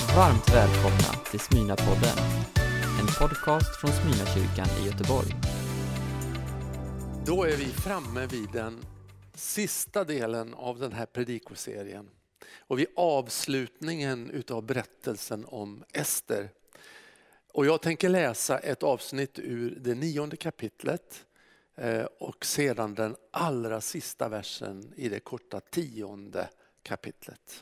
Varmt välkomna till Smyrna-podden, en podcast från Smyrna-kyrkan i Göteborg. Då är vi framme vid den sista delen av den här predikoserien och vid avslutningen utav berättelsen om Ester. Och jag tänker läsa ett avsnitt ur det 9:e kapitlet och sedan den allra sista versen i det korta 10:e kapitlet.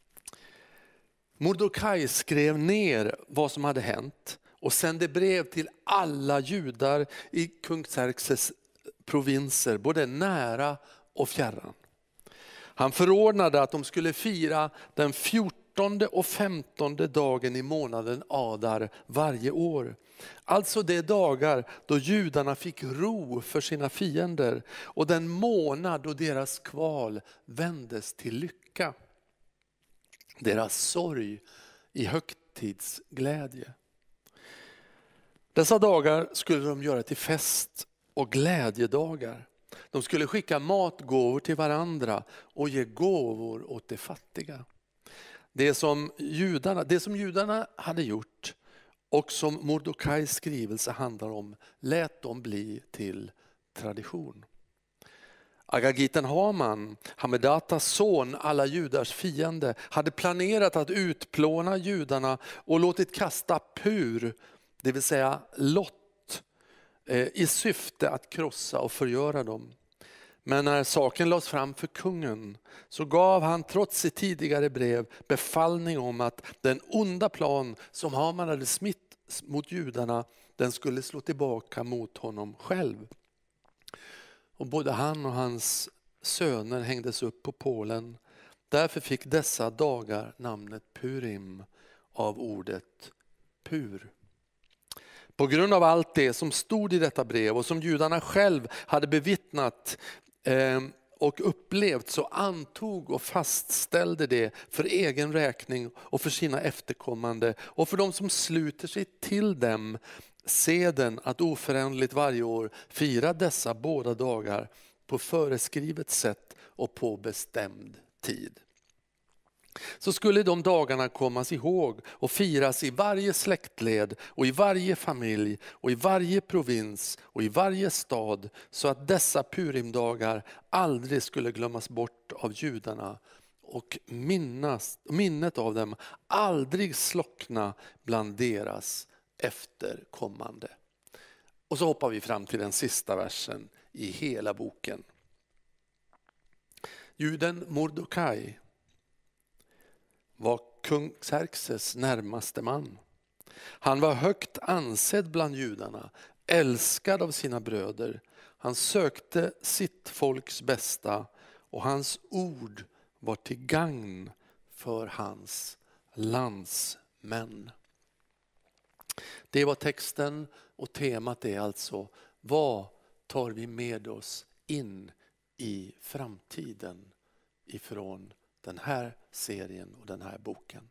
Mordokaj skrev ner vad som hade hänt och sände brev till alla judar i kung Xerxes provinser, både nära och fjärran. Han förordnade att de skulle fira den 14:e och 15:e dagen i månaden Adar varje år. Alltså de dagar då judarna fick ro för sina fiender och den månad då deras kval vändes till lycka. Deras sorg i högtidsglädje. Dessa dagar skulle de göra till fest och glädjedagar. De skulle skicka matgåvor till varandra och ge gåvor åt de fattiga. Det som judarna hade gjort och som Mordokajs skrivelse handlar om lät dem bli till tradition. Agagiten Haman, Hamedatas son, alla judars fiende, hade planerat att utplåna judarna och låtit kasta pur, det vill säga lott, i syfte att krossa och förgöra dem. Men när saken lades fram för kungen så gav han trots sitt tidigare brev befallning om att den onda plan som Haman hade smitt mot judarna, den skulle slå tillbaka mot honom själv. Och både han och hans söner hängdes upp på pålen. Därför fick dessa dagar namnet Purim av ordet pur. På grund av allt det som stod i detta brev och som judarna själv hade bevittnat och upplevt, så antog och fastställde det för egen räkning och för sina efterkommande och för de som sluter sig till dem seden att oföränderligt varje år fira dessa båda dagar på föreskrivet sätt och på bestämd tid. Så skulle de dagarna kommas ihåg och firas i varje släktled och i varje familj och i varje provins och i varje stad, så att dessa Purimdagar aldrig skulle glömmas bort av judarna och minnet av dem aldrig slockna bland deras efterkommande. Och så hoppar vi fram till den sista versen i hela boken. Juden Mordokaj var kung Xerxes närmaste man. Han var högt ansedd bland judarna, älskad av sina bröder. Han sökte sitt folks bästa och hans ord var till gagn för hans landsmän. Det var texten och temat är alltså: vad tar vi med oss in i framtiden ifrån den här serien och den här boken.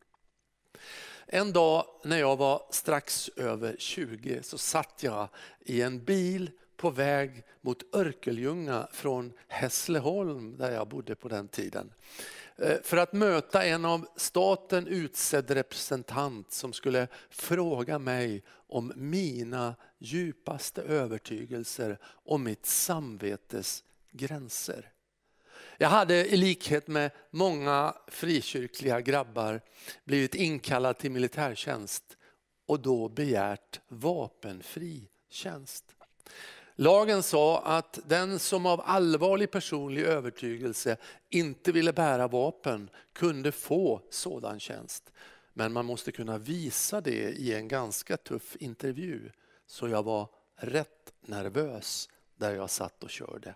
En dag när jag var strax över 20 så satt jag i en bil på väg mot Örkelljunga från Hässleholm, där jag bodde på den tiden, för att möta en av staten utsedd representant som skulle fråga mig om mina djupaste övertygelser och mitt samvetes gränser. Jag hade i likhet med många frikyrkliga grabbar blivit inkallad till militärtjänst och då begärt vapenfri tjänst. Lagen sa att den som av allvarlig personlig övertygelse inte ville bära vapen kunde få sådan tjänst. Men man måste kunna visa det i en ganska tuff intervju. Så jag var rätt nervös där jag satt och körde.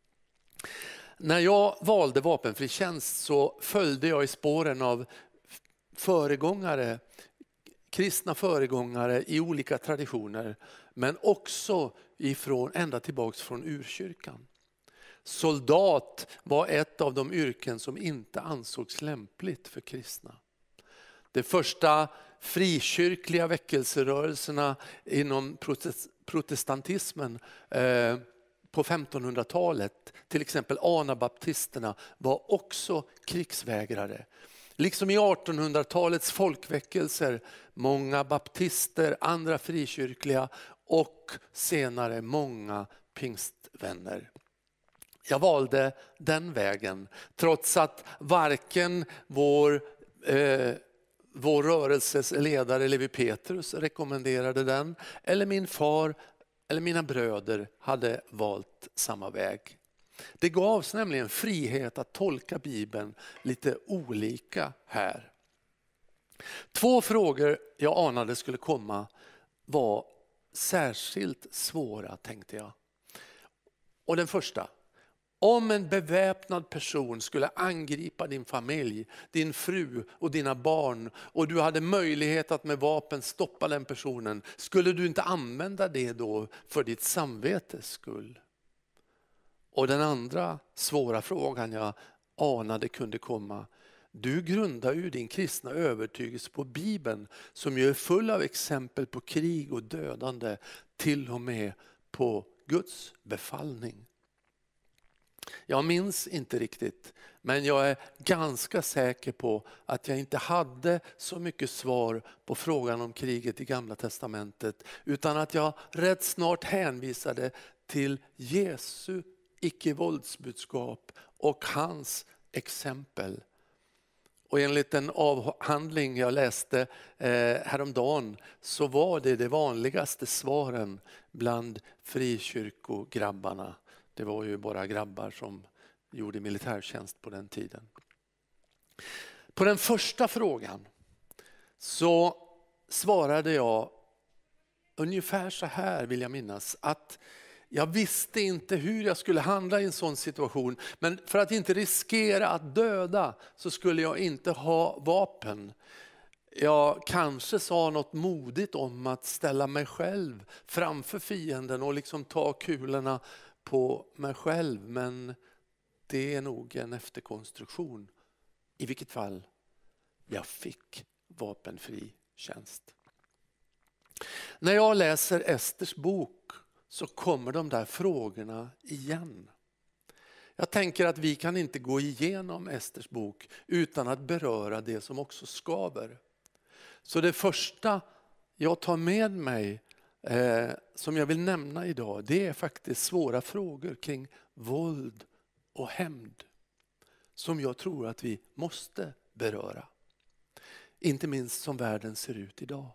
När jag valde vapenfri tjänst så följde jag i spåren av föregångare, kristna föregångare i olika traditioner, men också ända tillbaks från urkyrkan. Soldat var ett av de yrken som inte ansågs lämpligt för kristna. De första frikyrkliga väckelserörelserna inom protestantismen på 1500-talet, till exempel anabaptisterna, var också krigsvägrare. Liksom i 1800-talets folkväckelser, många baptister, andra frikyrkliga och senare många pingstvänner. Jag valde den vägen trots att varken vår rörelses ledare Levi Petrus rekommenderade den eller min far eller mina bröder hade valt samma väg. Det gavs nämligen frihet att tolka Bibeln lite olika här. 2 frågor jag anade skulle komma var särskilt svåra, tänkte jag. Och den första: om en beväpnad person skulle angripa din familj, din fru och dina barn och du hade möjlighet att med vapen stoppa den personen, skulle du inte använda det då för ditt samvetes skull? Och den andra svåra frågan jag anade kunde komma: du grundar ju din kristna övertygelse på Bibeln, som ju är full av exempel på krig och dödande, till och med på Guds befallning. Jag minns inte riktigt, men jag är ganska säker på att jag inte hade så mycket svar på frågan om kriget i Gamla testamentet, utan att jag rätt snart hänvisade till Jesu icke-våldsbudskap och hans exempel. Och enligt en avhandling jag läste häromdagen så var det vanligaste svaren bland frikyrkograbbarna. Det var ju bara grabbar som gjorde militärtjänst på den tiden. På den första frågan så svarade jag ungefär så här, vill jag minnas, att jag visste inte hur jag skulle handla i en sån situation, men för att inte riskera att döda så skulle jag inte ha vapen. Jag kanske sa något modigt om att ställa mig själv framför fienden och liksom ta kulorna på mig själv, men det är nog en efterkonstruktion. I vilket fall, jag fick vapenfri tjänst. När jag läser Esters bok så kommer de där frågorna igen. Jag tänker att vi kan inte gå igenom Esters bok utan att beröra det som också skaver. Så det första jag tar med mig som jag vill nämna idag, det är faktiskt svåra frågor kring våld och hämnd som jag tror att vi måste beröra. Inte minst som världen ser ut idag.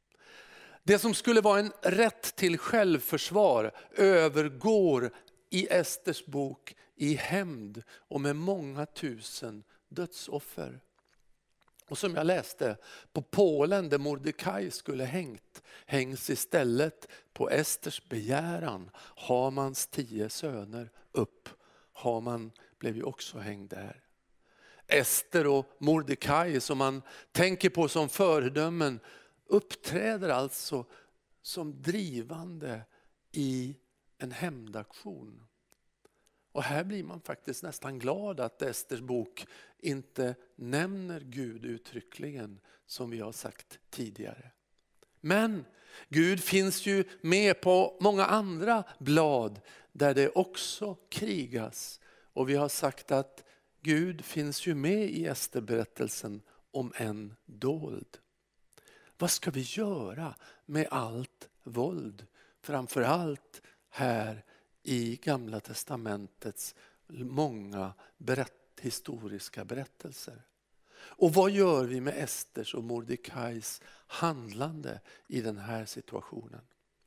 Det som skulle vara en rätt till självförsvar övergår i Esters bok i hämnd och med många tusen dödsoffer. Och som jag läste, på pålen där Mordecai skulle hängs istället på Esters begäran Hamans 10 söner upp. Haman blev ju också hängd där. Ester och Mordecai, som man tänker på som föredömen, uppträder alltså som drivande i en hämndaktion. Och här blir man faktiskt nästan glad att Esters bok inte nämner Gud uttryckligen, som vi har sagt tidigare. Men Gud finns ju med på många andra blad där det också krigas. Och vi har sagt att Gud finns ju med i Ester-berättelsen, om en dold. Vad ska vi göra med allt våld? Framförallt här i Gamla testamentets många historiska berättelser. Och vad gör vi med Esters och Mordecais handlande i den här situationen?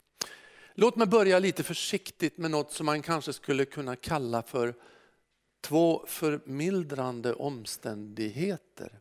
Låt mig börja lite försiktigt med något som man kanske skulle kunna kalla för 2 förmildrande omständigheter.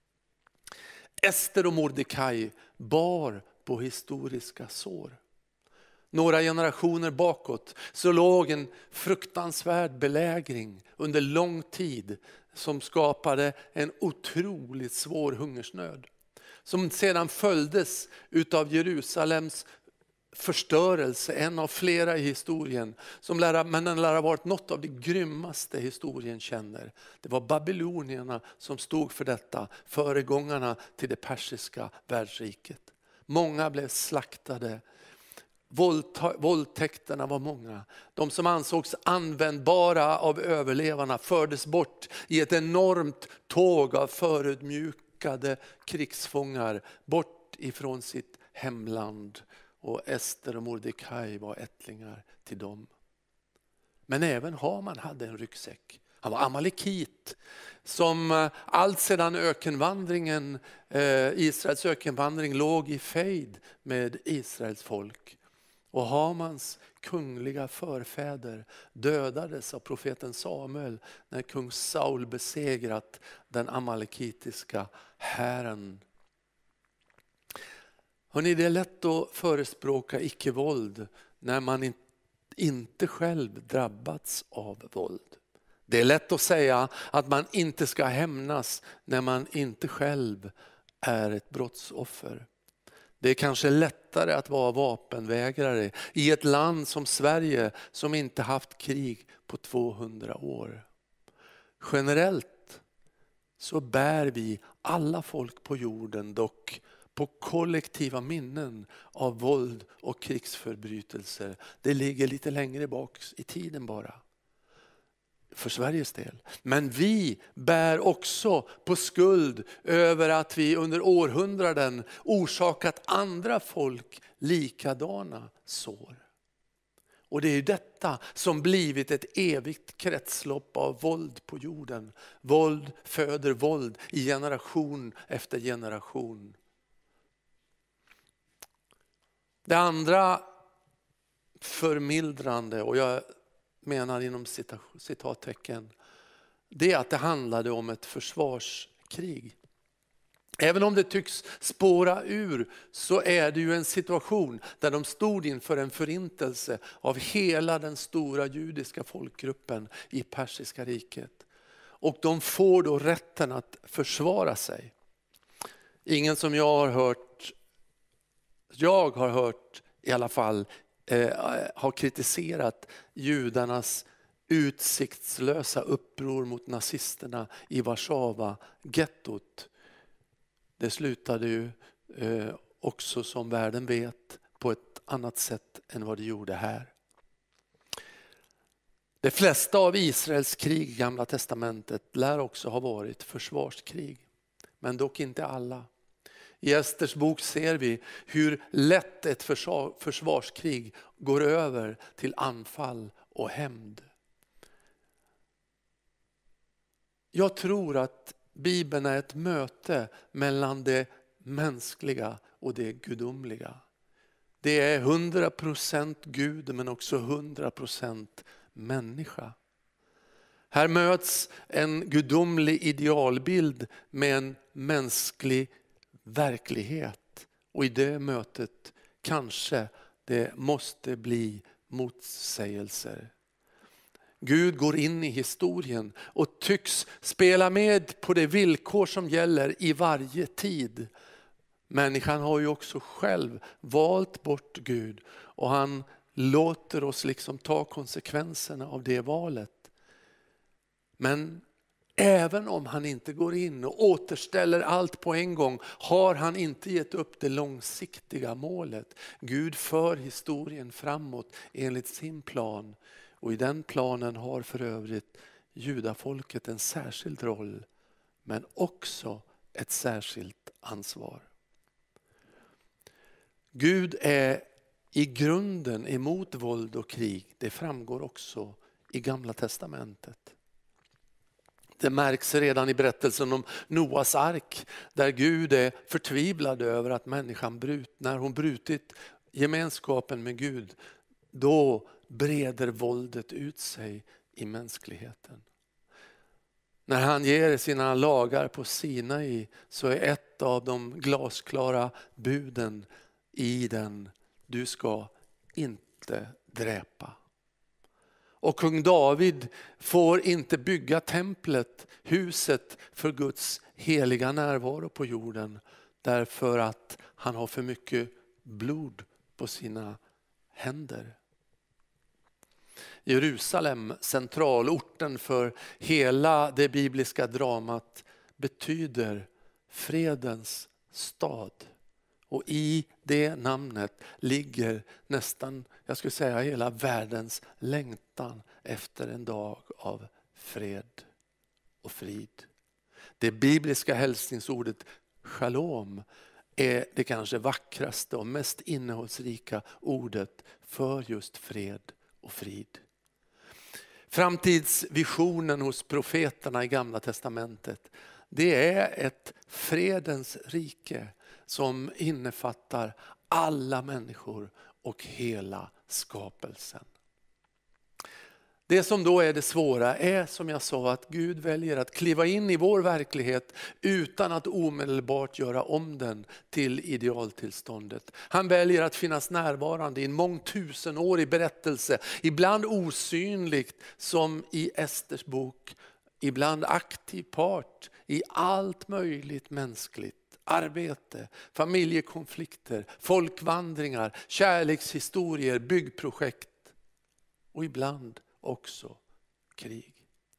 Ester och Mordecai bar på historiska sår. Några generationer bakåt så låg en fruktansvärd belägring under lång tid som skapade en otroligt svår hungersnöd. Som sedan följdes utav Jerusalems förstörelse, en av flera i historien. Men den lär ha varit något av det grymmaste historien känner. Det var babylonierna som stod för detta, föregångarna till det persiska världsriket. Många blev slaktade. Våldtäkterna var många. De som ansågs användbara av överlevarna fördes bort i ett enormt tåg av förödmjukade krigsfångar bort ifrån sitt hemland. Och Ester och Mordecai var ättlingar till dem. Men även Haman hade en ryggsäck. Han var amalekit som allt sedan Israels ökenvandring låg i fejd med Israels folk. Och Hamans kungliga förfäder dödades av profeten Samuel när kung Saul besegrat den amalekitiska hären. Hörrni, det är lätt att förespråka icke-våld när man inte själv drabbats av våld. Det är lätt att säga att man inte ska hämnas när man inte själv är ett brottsoffer. Det är kanske lättare att vara vapenvägrare i ett land som Sverige som inte haft krig på 200 år. Generellt så bär vi alla folk på jorden dock på kollektiva minnen av våld och krigsförbrytelser. Det ligger lite längre bak i tiden bara. För Sveriges del. Men vi bär också på skuld över att vi under århundraden orsakat andra folk likadana sår. Och det är detta som blivit ett evigt kretslopp av våld på jorden. Våld föder våld i generation efter generation. Det andra förmildrande, och jag menar inom citattecken, det är att det handlade om ett försvarskrig. Även om det tycks spåra ur så är det ju en situation där de stod inför en förintelse av hela den stora judiska folkgruppen i Persiska riket. Och de får då rätten att försvara sig. Ingen som jag har hört i alla fall har kritiserat judarnas utsiktslösa uppror mot nazisterna i Warszawa-gettot. Det slutade ju också, som världen vet, på ett annat sätt än vad det gjorde här. De flesta av Israels krig i Gamla testamentet lär också ha varit försvarskrig, men dock inte alla. I Esters bok ser vi hur lätt ett försvarskrig går över till anfall och hämnd. Jag tror att Bibeln är ett möte mellan det mänskliga och det gudomliga. Det är 100% Gud men också 100% människa. Här möts en gudomlig idealbild med en mänsklig verklighet. Och i det mötet kanske det måste bli motsägelser. Gud går in i historien och tycks spela med på de villkor som gäller i varje tid. Människan har ju också själv valt bort Gud och han låter oss liksom ta konsekvenserna av det valet. Men även om han inte går in och återställer allt på en gång har han inte gett upp det långsiktiga målet. Gud för historien framåt enligt sin plan. Och i den planen har för övrigt judafolket en särskild roll men också ett särskilt ansvar. Gud är i grunden emot våld och krig. Det framgår också i Gamla testamentet. Det märks redan i berättelsen om Noas ark där Gud är förtvivlad över att människan när hon brutit gemenskapen med Gud, då breder våldet ut sig i mänskligheten. När han ger sina lagar på Sinai så är ett av de glasklara buden i den: du ska inte dräpa. Och kung David får inte bygga templet, huset för Guds heliga närvaro på jorden, därför att han har för mycket blod på sina händer. Jerusalem, centralorten för hela det bibliska dramat, betyder fredens stad. Och i det namnet ligger nästan, jag skulle säga hela världens längtan efter en dag av fred och frid. Det bibliska hälsningsordet shalom är det kanske vackraste och mest innehållsrika ordet för just fred och frid. Framtidsvisionen hos profeterna i Gamla testamentet, det är ett fredens rike som innefattar alla människor och hela skapelsen. Det som då är det svåra är, som jag sa, att Gud väljer att kliva in i vår verklighet utan att omedelbart göra om den till idealtillståndet. Han väljer att finnas närvarande i en mångtusenårig berättelse, ibland osynligt som i Esters bok, ibland aktiv part i allt möjligt mänskligt. Arbete, familjekonflikter, folkvandringar, kärlekshistorier, byggprojekt och ibland också krig.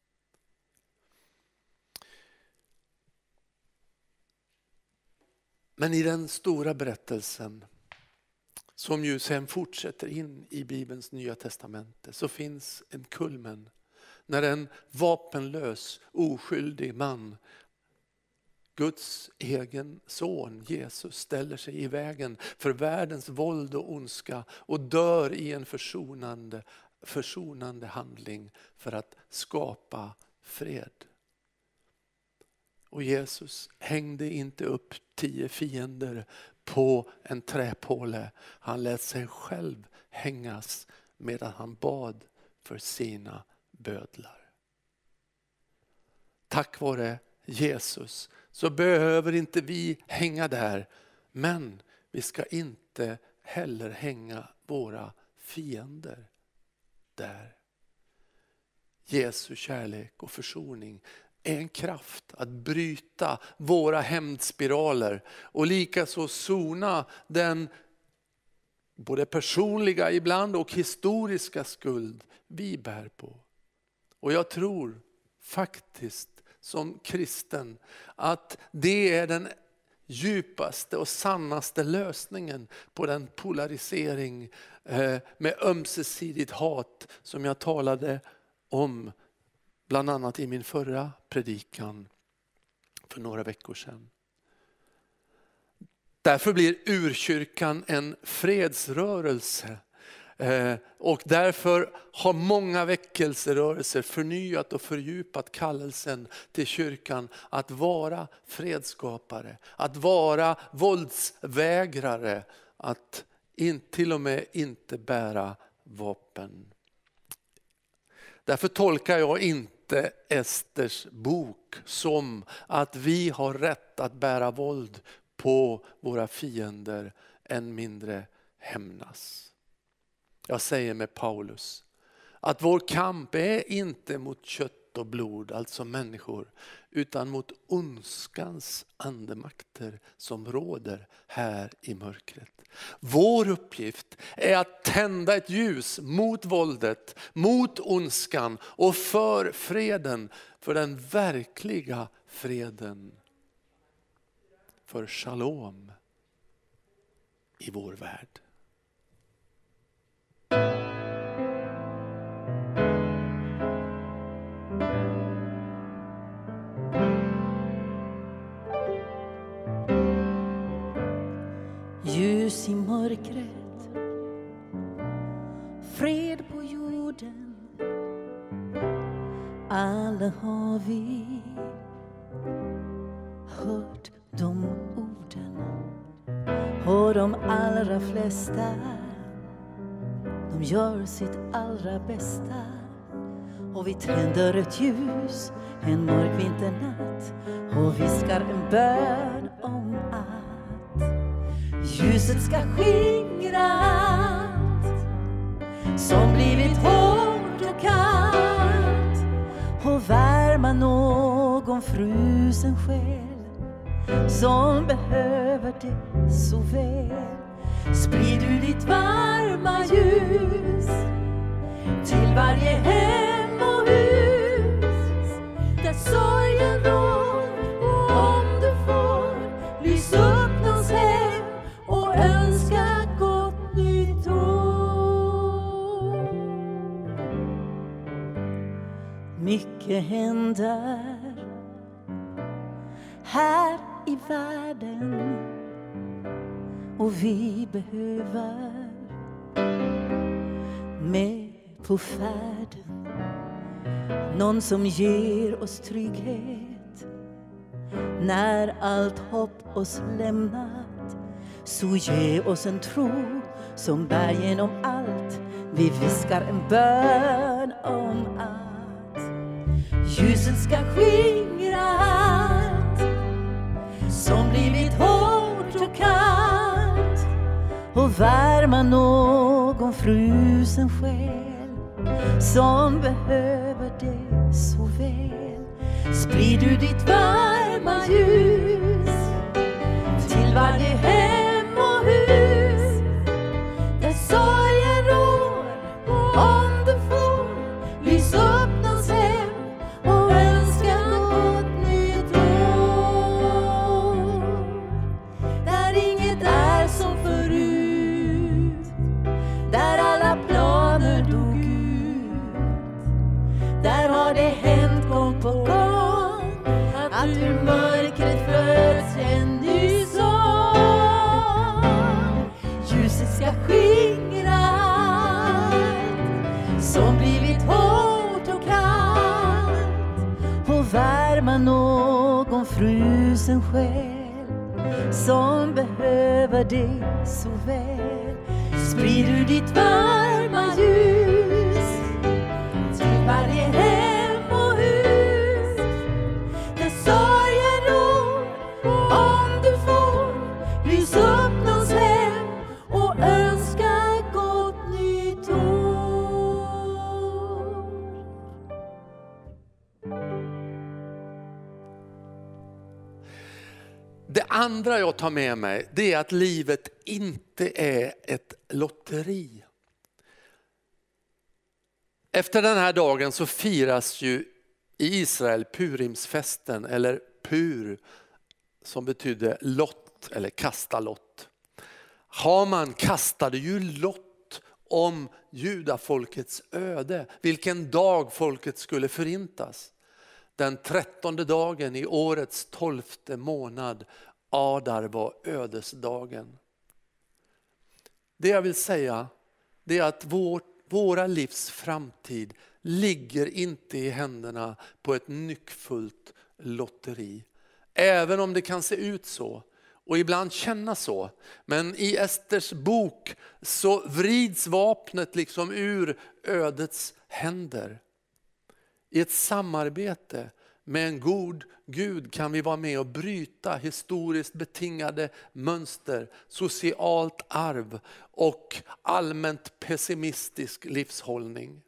Men i den stora berättelsen som ju sen fortsätter in i Bibelns nya testamente så finns en kulmen när en vapenlös, oskyldig man, Guds egen son Jesus, ställer sig i vägen för världens våld och ondska och dör i en försonande handling för att skapa fred. Och Jesus hängde inte upp 10 fiender på en träpåle. Han lät sig själv hängas medan han bad för sina bödlar. Tack vare Jesus så behöver inte vi hänga där, men vi ska inte heller hänga våra fiender där. Jesu kärlek och försoning är en kraft att bryta våra hämndspiraler och likaså sona den både personliga ibland och historiska skuld vi bär på. Och jag tror faktiskt som kristen att det är den djupaste och sannaste lösningen på den polarisering med ömsesidigt hat som jag talade om bland annat i min förra predikan för några veckor sedan. Därför blir urkyrkan en fredsrörelse. Och därför har många väckelserörelser förnyat och fördjupat kallelsen till kyrkan att vara fredsskapare, att vara våldsvägrare, att till och med inte bära vapen. Därför tolkar jag inte Esters bok som att vi har rätt att bära våld på våra fiender, än mindre hämnas. Jag säger med Paulus att vår kamp är inte mot kött och blod, alltså människor, utan mot ondskans andemakter som råder här i mörkret. Vår uppgift är att tända ett ljus mot våldet, mot ondskan och för freden, för den verkliga freden, för shalom i vår värld. Ljus i mörkret, fred på jorden, alla har vi hört de orden. Och de allra flesta, de gör sitt allra bästa. Och vi tänder ett ljus en mörk vinternatt och viskar en bön om att ljuset ska skingra allt som blivit hårt och kallt och värma någon frusen själ som behöver det så väl. Sprid du ditt varma ljus till varje hem och hus där sorgen rår. Och om du får, lys upp någons hem mycket händer här i världen, och vi behöver med på färden någon som ger oss trygghet när allt hopp oss lämnat. Så ge oss en tro som bär genom allt. Vi viskar en bön om att ljuset ska skingra allt som blivit hårt och kallt, och värma någon frusen själ som behöver det så väl. Sprid du ditt varma ljus till varje hem och hus där sorgen rår. Om du får, lys upp någons hem och önska gott nytt år. Där inget är som förut, där alla planer dog ut. Där har det hänt gång på gång att ur mörkret föds en ny sång. Ljuset ska skingra allt som blivit hårt och kallt, och värma någon frusen själ som behöver det så väl. Sprid du ditt varma ljus till varje hem och hus där sorgen rår. Om du får, lys upp någons hem och önska gott nytt år. Det andra jag tar med mig, det är att livet inte är ett lotteri. Efter den här dagen så firas ju i Israel Purimsfesten, eller Pur, som betyder lott eller kasta lott. Haman kastade ju lott om judafolkets öde, vilken dag folket skulle förintas. Den 13:e dagen i årets 12:e månad, Adar, var ödesdagen. Det jag vill säga, det är att våra livs framtid ligger inte i händerna på ett nyckfullt lotteri. Även om det kan se ut så och ibland kännas så. Men i Esters bok så vrids vapnet liksom ur ödets händer. I ett samarbete med en god Gud kan vi vara med och bryta historiskt betingade mönster, socialt arv och allmänt pessimistisk livshållning.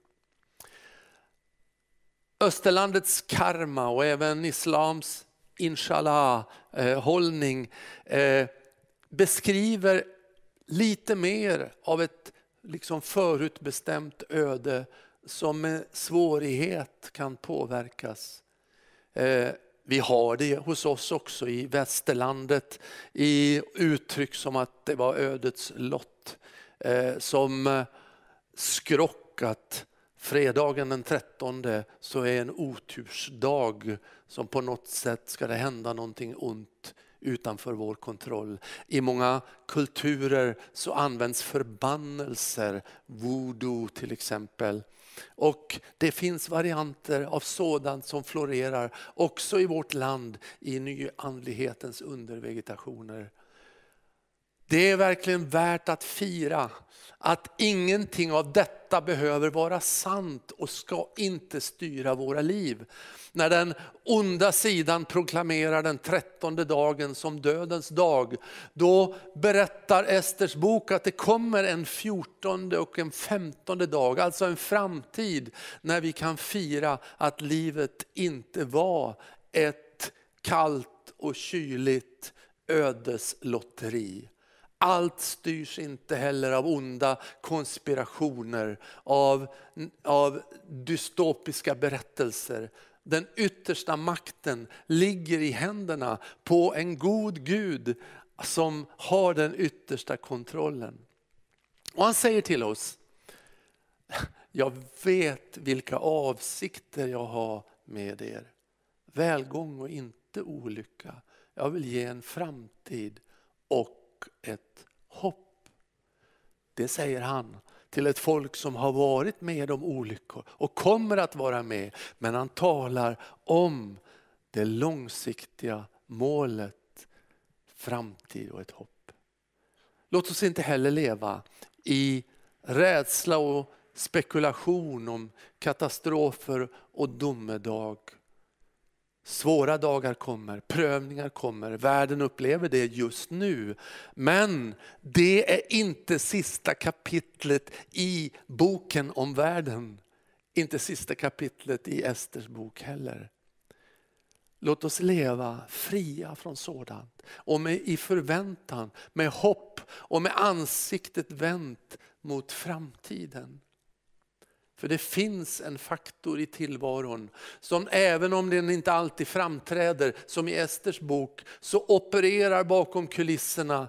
Österlandets karma och även islams inshallah-hållning beskriver lite mer av ett liksom förutbestämt öde som med svårighet kan påverkas. Vi har det hos oss också i västerlandet i uttryck som att det var ödets lott som skrockat. Fredagen den 13 så är en otursdag som på något sätt ska det hända någonting ont utanför vår kontroll. I många kulturer så används förbannelser, voodoo till exempel. Och det finns varianter av sådant som florerar också i vårt land i nyandlighetens undervegetationer. Det är verkligen värt att fira att ingenting av detta behöver vara sant och ska inte styra våra liv. När den onda sidan proklamerar den 13:e dagen som dödens dag, då berättar Esters bok att det kommer en 14:e och en 15:e dag, alltså en framtid när vi kan fira att livet inte var ett kallt och kyligt ödeslotteri. Allt styrs inte heller av onda konspirationer, av dystopiska berättelser. Den yttersta makten ligger i händerna på en god Gud som har den yttersta kontrollen. Och han säger till oss, Jag vet vilka avsikter jag har med er. Välgång och inte olycka. Jag vill ge en framtid och ett hopp. Det säger han till ett folk som har varit med om olyckor och kommer att vara med. Men han talar om det långsiktiga målet, framtid och ett hopp. Låt oss inte heller leva i rädsla och spekulation om katastrofer och domedag. Svåra dagar kommer, prövningar kommer, världen upplever det just nu. Men det är inte sista kapitlet i boken om världen. Inte sista kapitlet i Esters bok heller. Låt oss leva fria från sådant och i förväntan, med hopp och med ansiktet vänt mot framtiden. För det finns en faktor i tillvaron som även om den inte alltid framträder som i Esters bok, så opererar bakom kulisserna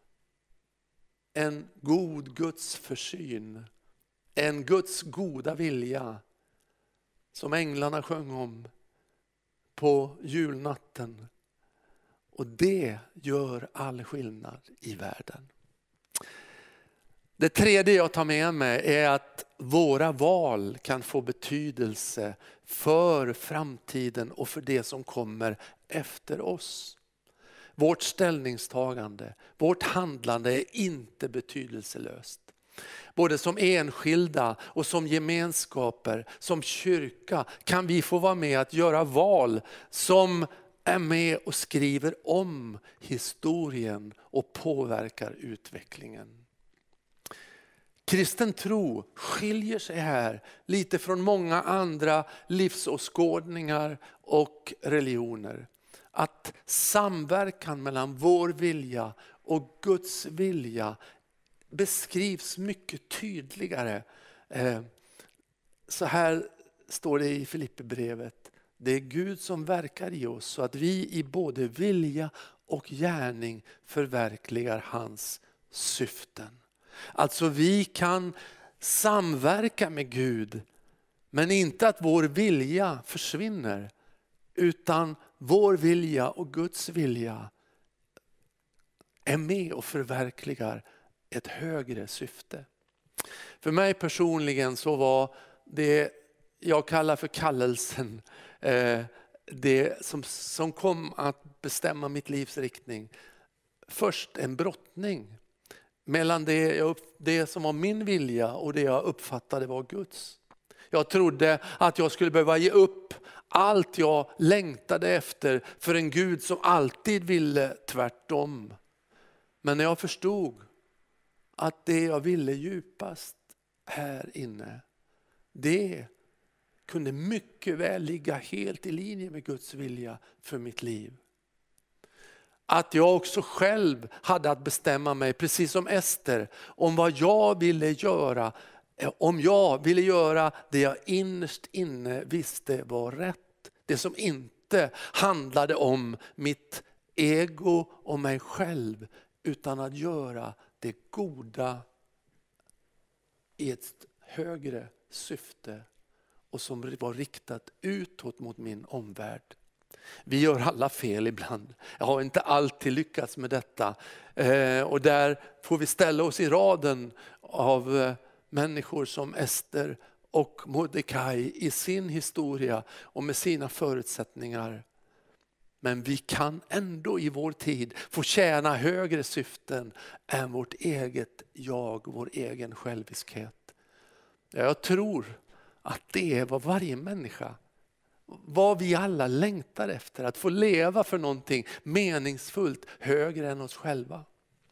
en god Guds försyn. En Guds goda vilja som änglarna sjöng om på julnatten. Och det gör all skillnad i världen. Det tredje jag tar med mig är att våra val kan få betydelse för framtiden och för det som kommer efter oss. Vårt ställningstagande, vårt handlande är inte betydelselöst. Både som enskilda och som gemenskaper, som kyrka kan vi få vara med att göra val som är med och skriver om historien och påverkar utvecklingen. Kristen tro skiljer sig här lite från många andra livsåskådningar och religioner. Att samverkan mellan vår vilja och Guds vilja beskrivs mycket tydligare. Så här står det i Filipperbrevet. Det är Gud som verkar i oss så att vi i både vilja och gärning förverkligar hans syften. Alltså vi kan samverka med Gud, men inte att vår vilja försvinner, utan vår vilja och Guds vilja är med och förverkligar ett högre syfte. För mig personligen så var det jag kallar för kallelsen, det som kom att bestämma mitt livs riktning. Först en brottning mellan det som var min vilja och det jag uppfattade var Guds. Jag trodde att jag skulle behöva ge upp allt jag längtade efter för en Gud som alltid ville tvärtom. Men när jag förstod att det jag ville djupast här inne, det kunde mycket väl ligga helt i linje med Guds vilja för mitt liv. Att jag också själv hade att bestämma mig, precis som Ester, om vad jag ville göra. Om jag ville göra det jag innerst inne visste var rätt. Det som inte handlade om mitt ego och mig själv, utan att göra det goda i ett högre syfte och som var riktat utåt mot min omvärld. Vi gör alla fel ibland. Jag har inte alltid lyckats med detta. Och där får vi ställa oss i raden av människor som Ester och Mordecai i sin historia och med sina förutsättningar. Men vi kan ändå i vår tid få tjäna högre syften än vårt eget jag, vår egen själviskhet. Jag tror att det är vad varje människa, vad vi alla längtar efter, att få leva för någonting meningsfullt högre än oss själva.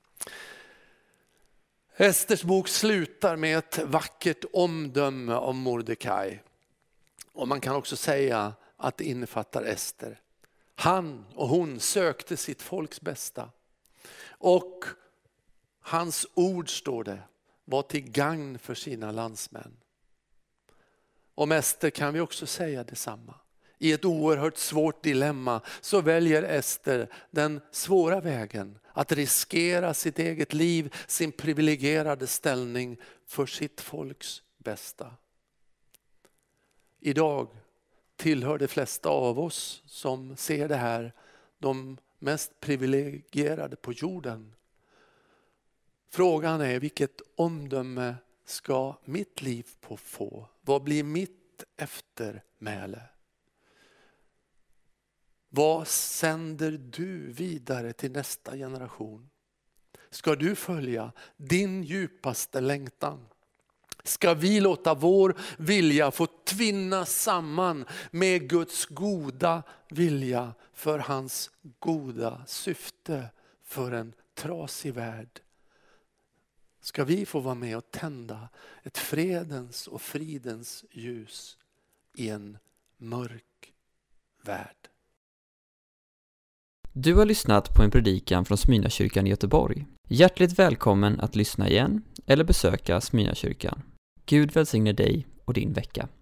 Esters bok slutar med ett vackert omdöme om Mordecai. Och man kan också säga att det innefattar Ester. Han och hon sökte sitt folks bästa. Och hans ord, står det, var till gagn för sina landsmän. Om Ester kan vi också säga detsamma. I ett oerhört svårt dilemma så väljer Ester den svåra vägen att riskera sitt eget liv, sin privilegierade ställning för sitt folks bästa. idag tillhör de flesta av oss som ser det här de mest privilegierade på jorden. Frågan är, vilket omdöme ska mitt liv få? Vad blir mitt eftermäle? Vad sänder du vidare till nästa generation? Ska du följa din djupaste längtan? Ska vi låta vår vilja få tvinnas samman med Guds goda vilja för hans goda syfte för en trasig värld? Ska vi få vara med och tända ett fredens och fridens ljus i en mörk värld? Du har lyssnat på en predikan från Smyrnakyrkan i Göteborg. Hjärtligt välkommen att lyssna igen eller besöka Smyrnakyrkan. Gud välsigne dig och din vecka.